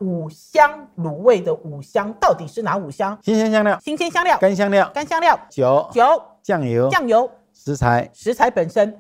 五香卤味的五香到底是哪五香？ 新鲜香料、 新鲜香料、 干香料、 干香料、 酒、 酒、 酱油、 酱油、 食材。 食材本身。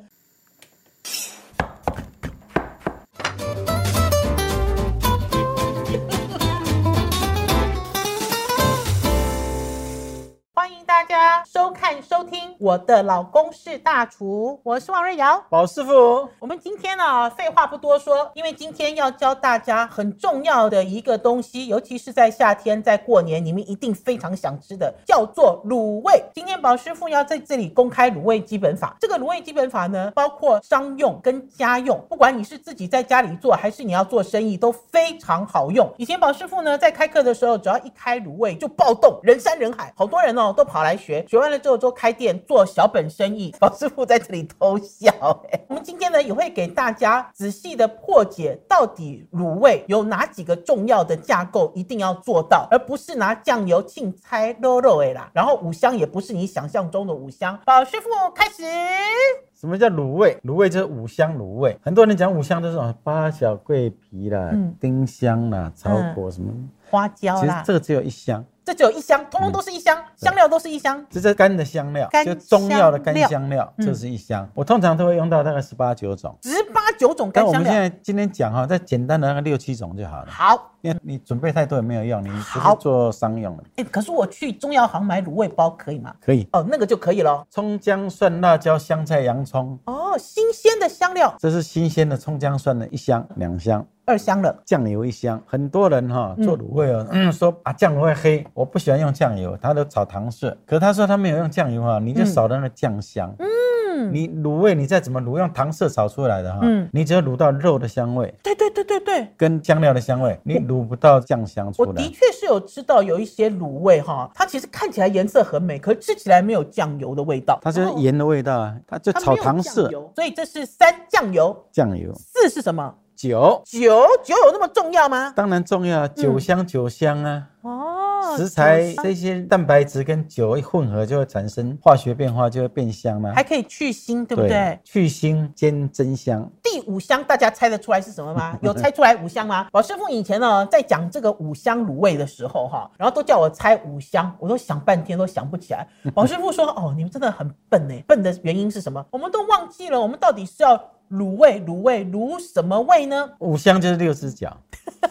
欢迎大家收看收听我的老公是大厨，我是王瑞瑶， 宝师傅。 我们今天呢，废话不多说，因为今天要教大家很重要的一个东西，尤其是在夏天，在过年，你们一定非常想吃的，叫做卤味。今天宝师傅要在这里公开卤味基本法。这个卤味基本法呢，包括商用跟家用，不管你是自己在家里做，还是你要做生意，都非常好用。以前宝师傅呢，在开课的时候，只要一开卤味就暴动，人山人海，好多人哦都跑来学，学完了之后都开店做小本生意。宝师傅在这里偷笑。我们今天呢，也会给大家仔细的破解，到底卤味有哪几个重要的架构一定要做到，而不是拿酱油青菜肉肉啦。然后五香也不是你想象中的五香。宝师傅开始。 什么叫卤味？卤味就是五香卤味。很多人讲五香都是八角、桂皮啦、丁香啦、草果什么、 花椒啦。 其实这个只有一香。 这只有一香，通通都是一香，香料都是一香。 这是干的香料，就中药的干香料，这是一香。我通常都会用到大概18、19种 ，18、19种干香料。 但我们现在今天讲哈，再简单的那个6、7种就好了。 好， 因为你准备太多也没有用，你不是做商用的。 可是我去中药行买卤味包可以吗？ 可以哦，那个就可以了。 葱姜蒜辣椒香菜洋葱。 哦，新鲜的香料。 这是新鲜的葱姜蒜的1香、2香。 2香了， 酱油1香。很多人做卤味说啊酱油会黑，我不喜欢用酱油，他都炒糖色。可是他说他没有用酱油你就少了那个酱香。你卤味你再怎么卤，用糖色炒出来的你只有卤到肉的香味。 对， 跟香料的香味，你卤不到酱香出来。 我的确是有吃到有一些卤味它其实看起来颜色很美，可是吃起来没有酱油的味道。 它就是盐的味道啊，它就炒糖色。 所以这是3酱油。 酱油。 4是什么？ 酒有那么重要吗？ 当然重要，酒香啊。食材这些蛋白质跟酒一混合，就会产生化学变化，就会变香嘛。 还可以去腥，对不对？ 去腥兼增香。 第5香大家猜得出来是什么吗？有猜出来5香吗？宝师傅以前呢，在讲这个5香卤味的时候然后都叫我猜5香，我都想半天都想不起来。宝师傅说哦，你们真的很笨耶，笨的原因是什么？我们都忘记了，我们到底是要卤味卤什么味呢 ？5香就是6只脚。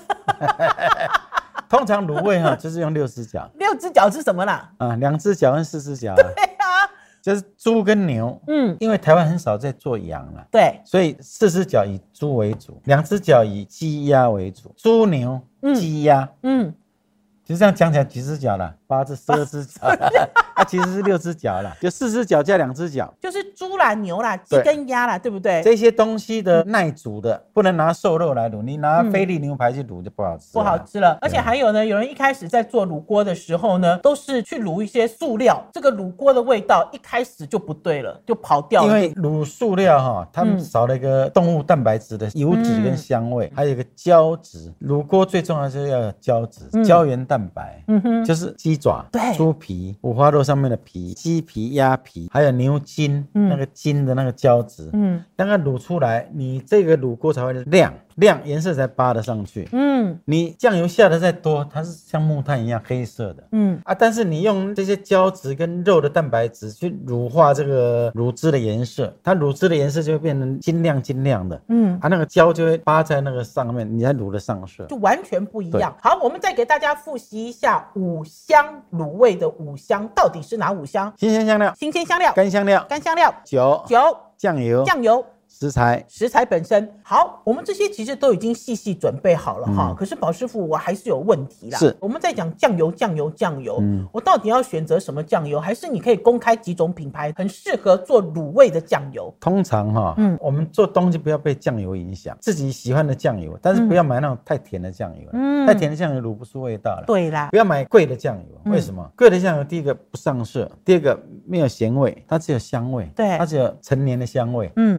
通常卤味就是用6只脚。 6只脚是什么啦 ？2只脚跟4只脚。 对啊， 就是猪跟牛。因为台湾很少在做羊了。 对， 所以4只脚以猪为主，2只脚以鸡鸭为主。猪牛鸡鸭。其实这样讲起来几只脚了？8只、12只脚了。其实是6只脚了，就4只脚加2只脚， 就是猪啦、牛啦、鸡跟鸭啦，对不对？ 这些东西的耐煮的，不能拿瘦肉来卤，你拿菲力牛排去卤就不好吃了。 不好吃了。而且还有呢，有人一开始在做卤锅的时候呢，都是去卤一些素料，这个卤锅的味道一开始就不对了，就跑掉了。 因为卤素料它们少了一个动物蛋白质的油脂跟香味，还有一个胶质。卤锅最重要就是要有胶质，胶原蛋白，就是鸡爪、猪皮、五花肉上面的皮、鸡皮、鸭皮，还有牛筋，那个筋的那个胶质，当它卤出来，你这个卤锅才会亮，颜色才扒得上去。你酱油下的再多，它是像木炭一样黑色的。但是你用这些胶质跟肉的蛋白质去乳化这个乳汁的颜色，它乳汁的颜色就会变成金亮的。那个胶就会扒在那个上面，你才卤得上色， 就完全不一样。好，我们再给大家复习一下5香卤味的5香到底是哪5香？ 新鲜香料、 新鲜香料、 干香料、 干香料、 酒、酱油、食材本身。 好，我们这些其实都已经细准备好了可是宝师傅我还是有问题啦。 是， 我们在讲酱油，我到底要选择什么酱油？还是你可以公开几种品牌很适合做卤味的酱油？ 通常我们做东西不要被酱油影响，自己喜欢的酱油，但是不要买那种太甜的酱油。太甜的酱油卤不出味道了。 对啦， 不要买贵的酱油。为什么？贵的酱油第一个不上色，第二个没有咸味，它只有香味。 对， 它只有陈年的香味。这种好的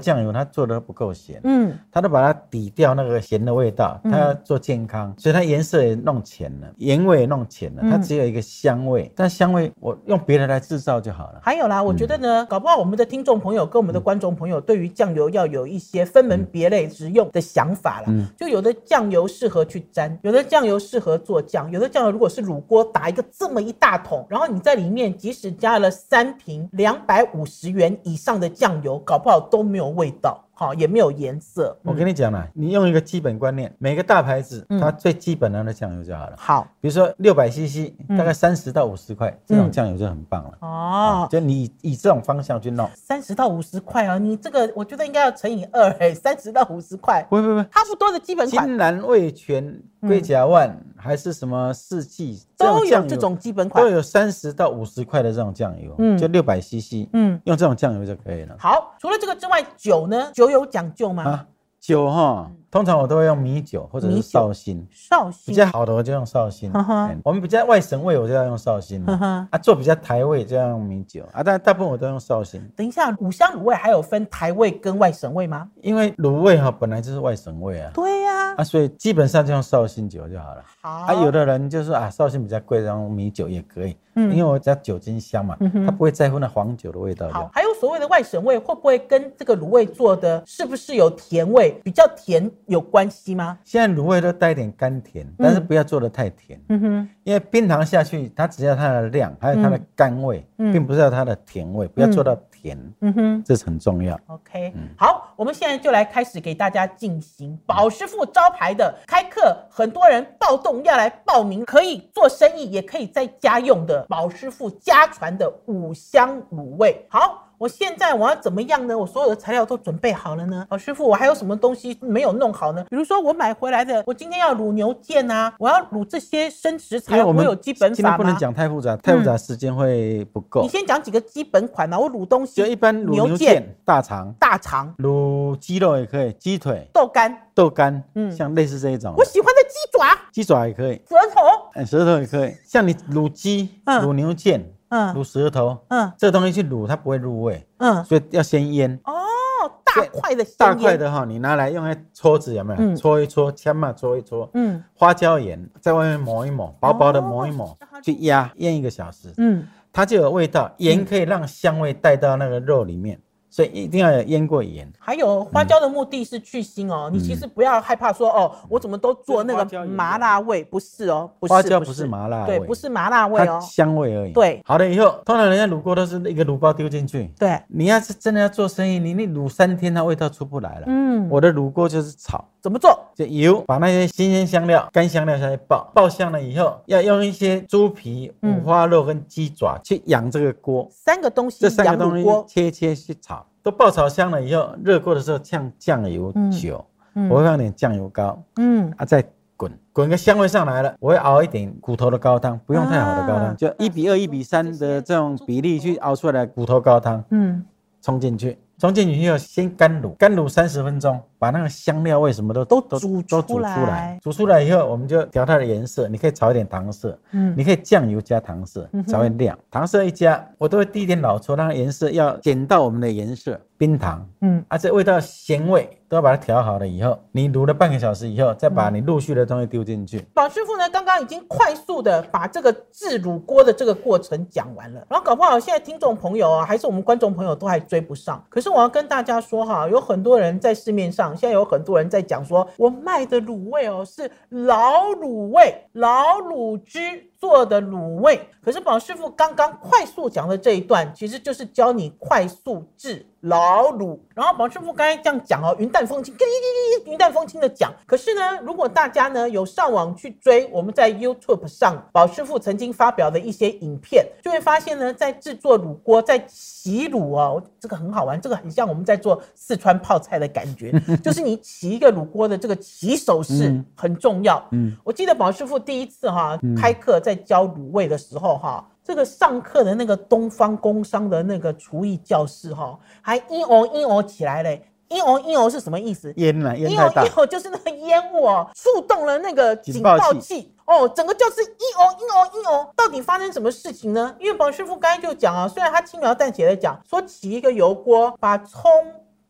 酱油它做的不够咸，它都把它抵掉那个咸的味道，它要做健康，所以它颜色也弄浅了，盐味也弄浅了，它只有一个香味，但香味我用别的来制造就好了。 还有啦，我觉得呢，搞不好我们的听众朋友跟我们的观众朋友对于酱油要有一些分门别类食用的想法啦，就有的酱油适合去沾，有的酱油适合做酱，有的酱油如果是卤锅打一个这么一大桶，然后你在里面即使加了3瓶250元以上的酱油，搞不好都没有味道，也没有颜色。 我跟你讲啦，你用一个基本观念，每个大牌子它最基本的酱油就好了。 好， 比如说600cc，大概30到50块，这种酱油就很棒了。就你以这种方向去弄 ，30到50块啊，你这个我觉得应该要乘以2，30到50块， 不， 差不多的基本款。 金兰、味全、龟甲万还是什么四季， 都有这种基本款， 都有30到50块的这种酱油，就600cc，用这种酱油就可以了。 好，除了这个之外，酒呢？酒有讲究吗？ 酒通常我都会用米酒或者是绍兴，比较好的我就用绍兴。我们比较外省味，我就要用绍兴。做比较台味就要用米酒但大部分我都用绍兴。 等一下，五香卤味还有分台味跟外省味吗？ 因为卤味本来就是外省味啊。 对呀。 所以基本上就用绍兴酒就好了。 好。 有的人就说绍兴比较贵，然后米酒也可以。因为我加酒精香嘛，他不会在乎那黄酒的味道。 好，还有所谓的外省味，会不会跟这个卤味做的是不是有甜味，比较甜有关系吗？ 现在卤味都带一点甘甜，但是不要做的太甜。因为冰糖下去，它只要它的量，还有它的甘味，并不是要它的甜味，不要做到甜。这是很重要。 OK，好，我们现在就来开始给大家进行宝师傅招牌的开课，很多人暴动要来报名，可以做生意，也可以在家用的宝师傅家传的五香卤味。好，我现在我要怎么样呢？我所有的材料都准备好了呢。宝师傅，我还有什么东西没有弄好呢？比如说我买回来的，我今天要卤牛腱啊，我要卤这些生食材，我有基本法吗？ 今天不能讲太复杂，太复杂时间会不够。 你先讲几个基本款嘛。我卤东西就一般卤牛腱、大肠、卤鸡肉也可以，鸡腿、豆干，像类似这一种。 我喜欢的鸡爪也可以，舌头也可以。像你卤鸡、卤牛腱、卤舌头，这个东西去卤它不会入味，所以要先腌。 大块的先腌。 大块的你拿来用那搓子有没有？搓一搓，枪嘛搓一搓，花椒盐在外面抹一抹，薄薄的抹一抹，去腌1个小时，它就有味道。盐可以让香味带到那个肉里面。所以一定要有腌过盐。 还有花椒的目的是去腥哦，你其实不要害怕说我怎么都做那个麻辣味，不是哦， 花椒不是麻辣味， 对，不是麻辣味它香味而已。 对， 好了以后，通常人家卤锅都是一个卤包丢进去。 对， 你要是真的要做生意，你卤3天，它味道出不来了。我的卤锅就是炒， 怎么做？ 就油，把那些新鲜香料、干香料下去爆香了以后，要用一些猪皮、五花肉跟鸡爪去养这个锅。 3个东西， 这3个东西切去炒。都爆炒香了以后，热锅的时候呛酱油酒，我会放点酱油膏，再滚个香味上来了，我会熬一点骨头的高汤，不用太好的高汤，就1:2、1:3的这种比例去熬出来骨头高汤，冲进去以后先干卤30分钟，把那个香料味什么都煮出来。煮出来以后，我们就调它的颜色，你可以炒一点糖色，你可以酱油加糖色，才会亮。糖色一加，我都会滴一点老抽，让它颜色要减到我们的颜色。冰糖，这味道咸味都要把它调好了以后，你卤了半个小时以后，再把你陆续的东西丢进去。 宝师傅呢，刚刚已经快速的把这个制卤锅的这个过程讲完了，然后搞不好现在听众朋友还是我们观众朋友都还追不上。可是我要跟大家说有很多人在市面上，现在有很多人在讲说，我卖的卤味是老卤味、老卤汁做的卤味。可是宝师傅刚刚快速讲的这一段，其实就是教你快速制老卤。然后宝师傅刚才这样讲云淡风轻的讲。可是呢，如果大家呢有上网去追我们在 YouTube 上宝师傅曾经发表的一些影片，就会发现呢，在制作卤锅、在洗卤这个很好玩，这个很像我们在做四川泡菜的感觉，就是你起一个卤锅的这个起手式很重要。我记得宝师傅第一次开课在教卤味的时候这个上课的那个东方工商的那个厨艺教室还嘤哦起来嘞。嘤哦是什么意思？ 烟太大。 嘤哦就是那个烟雾触动了那个警报器整个就是嘤哦，到底发生什么事情呢？因为宝师傅刚才就讲虽然他轻描淡写的讲说起一个油锅，把葱、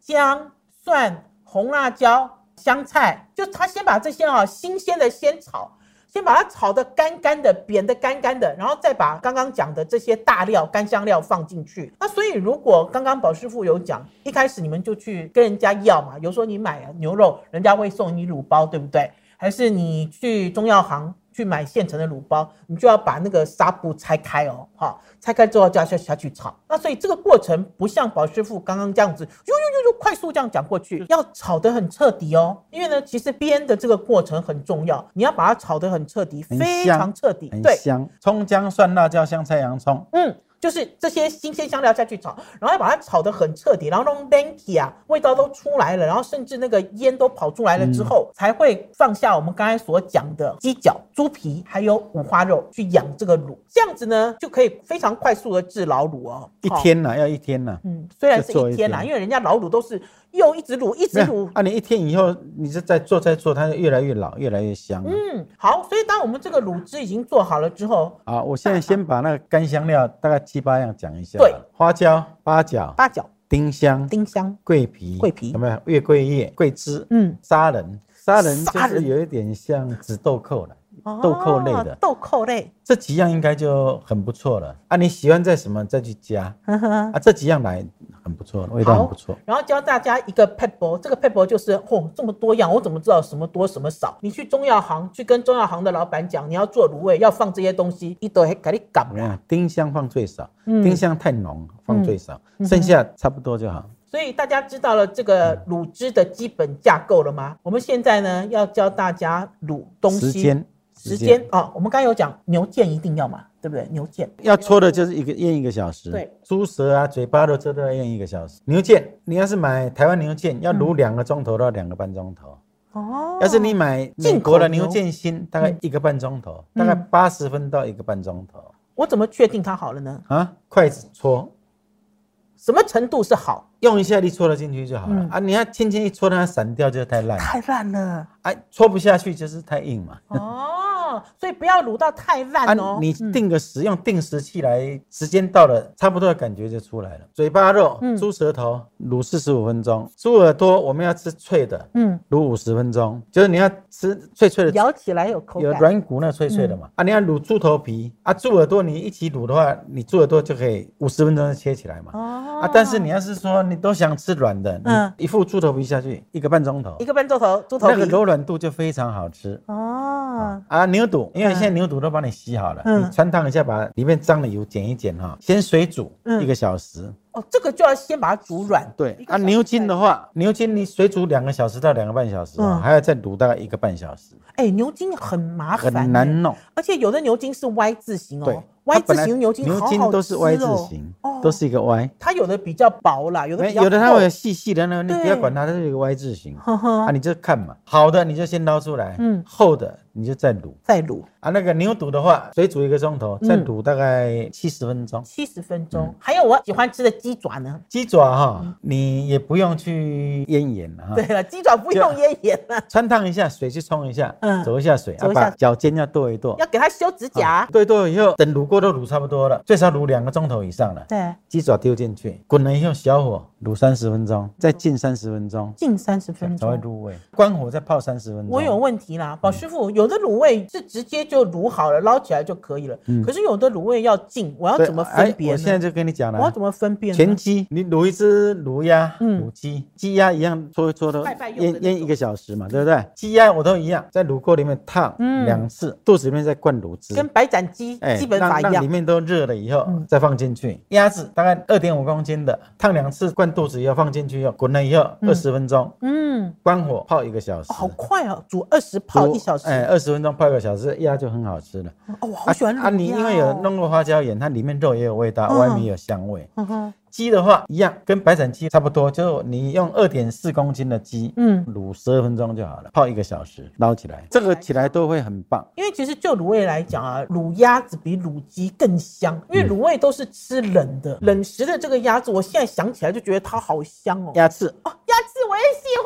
姜、蒜、红辣椒、香菜，就他先把这些新鲜的先炒，先把它炒得干干的，扁得干干的，然后再把刚刚讲的这些大料、干香料放进去。那所以如果刚刚宝师傅有讲，一开始你们就去跟人家要嘛，有时候你买牛肉，人家会送你卤包，对不对？还是你去中药行去买现成的卤包，你就要把那个纱布拆开哦，拆开之后就要下去炒。那所以这个过程不像宝师傅刚刚这样子，快速这样讲过去，要炒得很彻底哦。因为呢，其实煸的这个过程很重要，你要把它炒得很彻底，非常彻底， 很香。葱姜蒜辣椒香菜洋葱， 就是这些新鲜香料下去炒，然后要把它炒得很彻底，然后弄 lanky 味道都出来了，然后甚至那个烟都跑出来了之后，才会放下我们刚才所讲的鸡脚、猪皮还有五花肉去养这个卤，这样子呢就可以非常快速的制老卤哦。 一天要一天虽然是一天因为人家老卤都是又一直卤一直卤你一天以后你就再做，它就越来越老，越来越香。 好，所以当我们这个卤汁已经做好了之后， 我现在先把那个干香料大概7、8样讲一下。 对， 花椒、八角、丁香、桂皮、有没有月桂叶、桂枝、砂仁就是有一点像紫豆蔻了。豆蔻类的， 豆蔻类这几样应该就很不错了你喜欢再什么再去加这几样来很不错，味道很不错。 然后教大家一个撇步，这个撇步就是这么多样，我怎么知道什么多什么少？你去中药行去跟中药行的老板讲，你要做卤味要放这些东西，他都会给你讲啦。 丁香放最少，丁香太浓放最少，剩下差不多就好。 所以大家知道了这个卤汁的基本架构了吗？我们现在呢要教大家卤东西。时间我们刚才有讲牛腱一定要嘛，对不对？牛腱要搓的就是腌1个小时。 对， 猪舌嘴巴肉这都要腌1个小时。牛腱你要是买台湾牛腱，要卤2个钟头到2个半钟头。要是你买美国的牛腱心，大概1个半钟头，大概80分到1个半钟头。 我怎么确定它好了呢？ 筷子搓， 什么程度是好？ 用一下力搓得进去就好了你要轻轻一搓，让它散掉就太烂了。 搓不下去就是太硬嘛。 所以不要卤到太烂你定个时，用定时器来，时间到了，差不多的感觉就出来了。嘴巴肉，猪舌头卤45分钟，猪耳朵我们要吃脆的，卤50分钟，就是你要吃脆脆的， 咬起来有口感， 有软骨那脆脆的嘛。你要卤猪头皮猪耳朵你一起卤的话，你猪耳朵就可以50分钟就切起来嘛。但是你要是说你都想吃软的，你一副猪头皮下去1个半钟头， 猪头皮那个柔软度就非常好吃。牛肚，因为现在牛肚都帮你洗好了，你穿烫一下，把里面脏的油剪一剪先水煮1个小时。 这个就要先把它煮软。 对牛筋的话，牛筋你水煮2个小时到2个半小时还要再卤大概1个半小时。 牛筋很麻烦， 很难弄， 而且有的牛筋是 Y 字形 Y 字形牛筋好好吃都是 Y 字形都是一个 Y。 它有的比较薄啦，有的比较厚， 有的它会有细细的，你不要管它，它是一个 Y 字形你就看嘛。好的你就先捞出来，厚的你就再卤那个牛肚的话，水煮1个钟头，再卤大概70分钟。 还有我喜欢吃的鸡爪呢。 鸡爪你也不用去腌盐对了，鸡爪不用腌盐了， 穿烫一下，水去冲一下，走一下水，把脚尖要剁一剁， 要给它修指甲。 剁一剁以后，等卤锅都卤差不多了，最少卤2个钟头以上了。 对， 鸡爪丢进去，滚了以后小火卤30分钟，再浸30分钟，才会入味。关火再泡30分钟。 我有问题啦，宝师傅，有的卤味是直接就卤好了，捞起来就可以了。可是有的卤味要浸，我要怎么分别呢？ 我现在就跟你讲了， 我要怎么分辨呢？ 全鸡，你卤一只卤鸭、卤鸡，鸡鸭一样搓一搓的，腌1个小时嘛，对不对？鸡鸭我都一样，在卤锅里面烫2次，肚子里面再灌卤汁， 跟白斩鸡基本法一样， 让里面都热了以后再放进去。鸭子大概2.5公斤的，烫2次，灌肚子以后放进去以后，滚了以后20分钟，关火泡1个小时。 好快煮20泡1小时 ，20分钟泡1个小时，鸭就很好吃了。 我好喜欢卤鸭你因为有弄过花椒盐，它里面肉也有味道，外面也有香味。鸡的话一样，跟白斩鸡差不多，就你用2.4公斤的鸡，卤12分钟就好了，泡1个小时，捞起来，这个起来都会很棒。 因为其实就卤味来讲卤鸭子比卤鸡更香，因为卤味都是吃冷的，冷食的这个鸭子，我现在想起来就觉得它好香鸭翅鸭翅我也喜欢。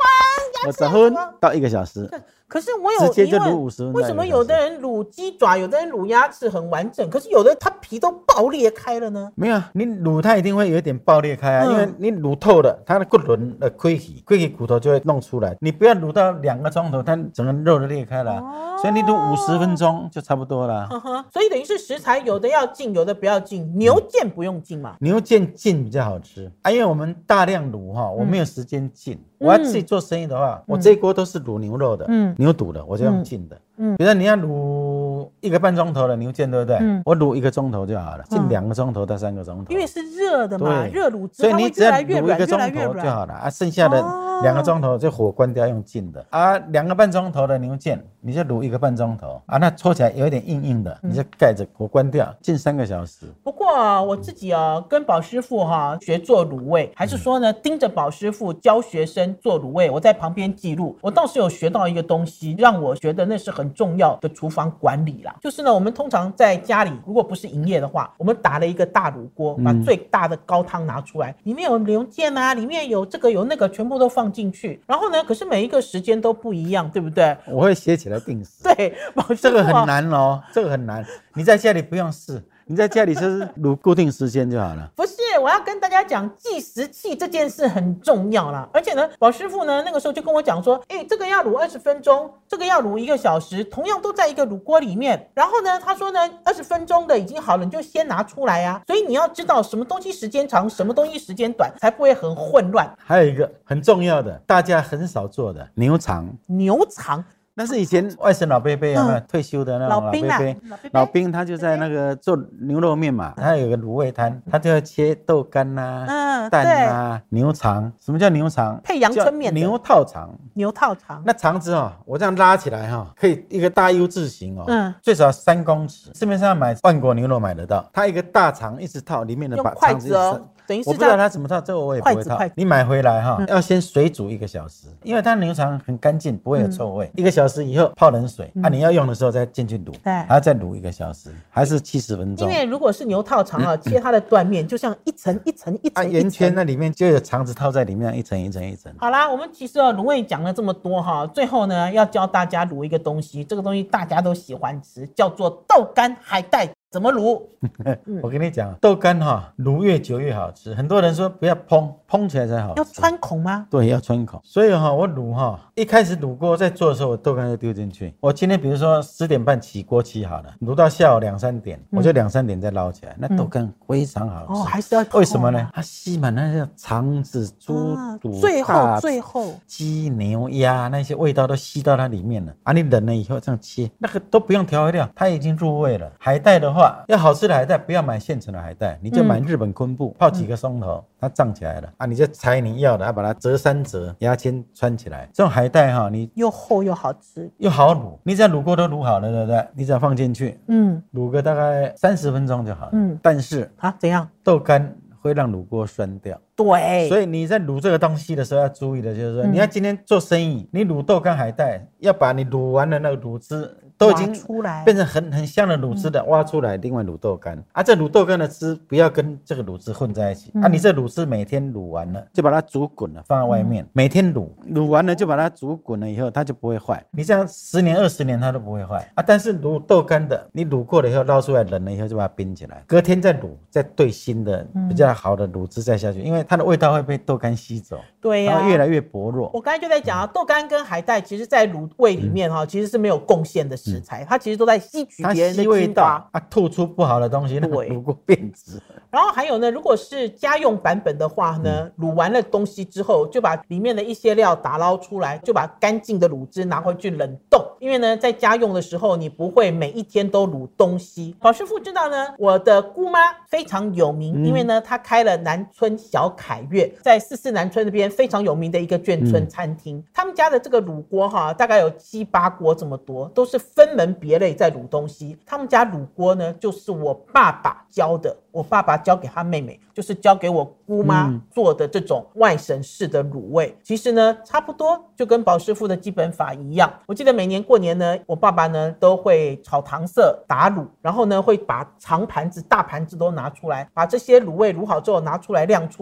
50分到1个小时。 可是我有直接就卤50分， 为什么有的人卤鸡爪，有的人卤鸭翅很完整，可是有的它皮都爆裂开了呢？ 没有，你卤它一定会有一点爆裂开啊，因为你卤透了，它的骨轮的亏起骨头就会弄出来。你不要卤到2个钟头，它整个肉都裂开了，所以你卤50分钟就差不多了。 所以等于是食材有的要浸，有的不要浸。牛腱不用浸嘛？ 牛腱浸比较好吃啊，因为我们大量卤哈，我没有时间浸。我要自己做生意的话，我这一锅都是卤牛肉的，牛肚的，我就用浸的。比如说你要卤1个半钟头的牛腱，对不对？我卤1个钟头就好了，浸2个钟头到3个钟头。 因为是热的嘛，热卤汁， 所以你只要卤1个钟头就好了啊，剩下的2个钟头就火关掉用浸的啊。2个半钟头的牛腱，你就卤1个半钟头啊，那搓起来有一点硬硬的，你就盖着火关掉，浸3个小时。 不过我自己跟宝师傅学做卤味，还是说呢盯着宝师傅教学生做卤味，我在旁边记录，我倒是有学到一个东西，让我觉得那是很重要的厨房管理啦。就是呢，我们通常在家里，如果不是营业的话，我们打了一个大卤锅，把最大的高汤拿出来，里面有牛腱啊，里面有这个有那个，全部都放进去。然后呢，可是每一个时间都不一样，对不对？ 我会写起来定时。 对， 这个很难哦，这个很难。你在家里不用试。你在家里就是卤固定时间就好了。 不是，我要跟大家讲，计时器这件事很重要啦。而且呢，宝师傅呢那个时候就跟我讲说，这个要卤20分钟，这个要卤1个小时，同样都在一个卤锅里面。然后呢，他说呢，20分钟的已经好了，你就先拿出来啊。所以你要知道什么东西时间长，什么东西时间短，才不会很混乱。 还有一个很重要的，大家很少做的牛肠。 牛肠。 那是以前外省老伯伯有没有退休的那种老兵他就在那个做牛肉面嘛，他有个卤味摊，他就要切豆干啊、蛋啊、牛肠。什么叫牛肠？ 配阳春面的牛套肠。 牛套肠。 那肠子我这样拉起来可以一个大 U 字形最少3公尺。市面上买万国牛肉买得到，它一个大肠一直套，里面的把肠子等于是我不知道它怎么套，这个我也不会套。你买回来要先水煮1个小时，因为它牛肠很干净，不会有臭味。1个小时以后泡冷水，你要用的时候再进去卤，还要再卤1个小时，还是70分钟。 因为如果是牛套肠切它的断面，就像一层一层一层圆圈，那里面就有肠子套在里面，一层一层一层。 好啦，我们其实卤味讲了这么多最后呢要教大家卤一个东西，这个东西大家都喜欢吃，叫做豆干海带。怎么卤？ 我跟你讲，豆干卤越久越好吃。很多人说不要烹起来才好吃。 要穿孔吗？ 对，要穿孔。所以我卤一开始卤锅在做的时候，我豆干就丢进去。我今天比如说10点半起锅起好了，卤到下午2、3点，我就2、3点再捞起来。那豆干非常好吃。 还是要为什么呢？它吸满那些肠子、猪肚、 最后鸡、牛、鸭那些味道都吸到它里面了。你冷了以后这样切，那个都不用调味料，它已经入味了。海带的话，要好吃的海带，不要买现成的海带，你就买日本昆布，泡几个钟头，它胀起来了你就裁你要的，把它折3折，牙签穿起来。这种海带你又厚又好吃， 又好卤，你只要卤锅都卤好了，对不对？你只要放进去，卤个大概30分钟就好了。但是怎样？ 豆干会让卤锅酸掉。 对， 所以你在卤这个东西的时候要注意的就是说，你要今天做生意，你卤豆干海带，要把你卤完的那个卤汁都已经出来， 变成很香的卤汁的，挖出来，另外卤豆干这卤豆干的汁不要跟这个卤汁混在一起你这卤汁每天卤完了就把它煮滚了，放在外面，每天卤完了就把它煮滚了以后，它就不会坏。你这样10年20年它都不会坏但是卤豆干的，你卤过了以后捞出来冷了以后就把它冰起来，隔天再卤，再兑新的比较好的卤汁再下去，因为它的味道会被豆干吸走， 对呀， 越来越薄弱。 我刚才就在讲豆干跟海带，其实在卤味里面其实是没有贡献的食材，它其实都在吸取别人的精华吐出不好的东西，那个卤锅变质。 然后还有呢，如果是家用版本的话呢，卤完了东西之后，就把里面的一些料打捞出来，就把干净的卤汁拿回去冷冻。因为呢，在家用的时候，你不会每一天都卤东西。宝师傅知道呢，我的姑妈非常有名，因为呢，她开了南村小凯悦，在44南村那边非常有名的一个眷村餐厅。他们家的这个卤锅大概有7、8锅这么多，都是分门别类在卤东西。他们家卤锅呢，就是我爸爸教的，我爸爸教给他妹妹，就是教给我姑妈做的这种外省式的卤味。其实呢，差不多就跟宝师傅的基本法一样。我记得每年过年呢，我爸爸呢都会炒糖色打卤，然后呢会把长盘子、大盘子都拿出来，把这些卤味卤好之后拿出来晾出来，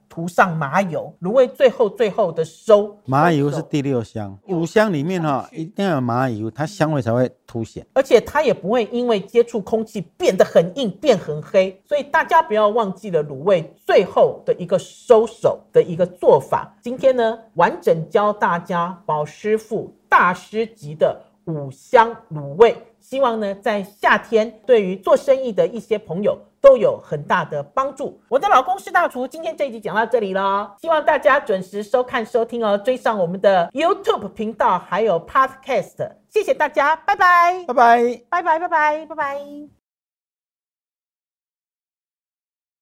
涂上麻油，卤味最后的收。 麻油是第6香，5香里面一定要有麻油，它香味才会凸显， 而且它也不会因为接触空气变得很硬变很黑，所以大家不要忘记了卤味最后的一个收手的一个做法。今天呢，完整教大家宝师傅大师级的5香卤味，希望呢在夏天对于做生意的一些朋友都有很大的帮助。我的老公是大厨，今天这一集讲到这里了，希望大家准时收看收听哦，追上我们的 YouTube 频道还有 Podcast， 谢谢大家，拜拜， 拜拜， 拜拜，拜拜，拜拜。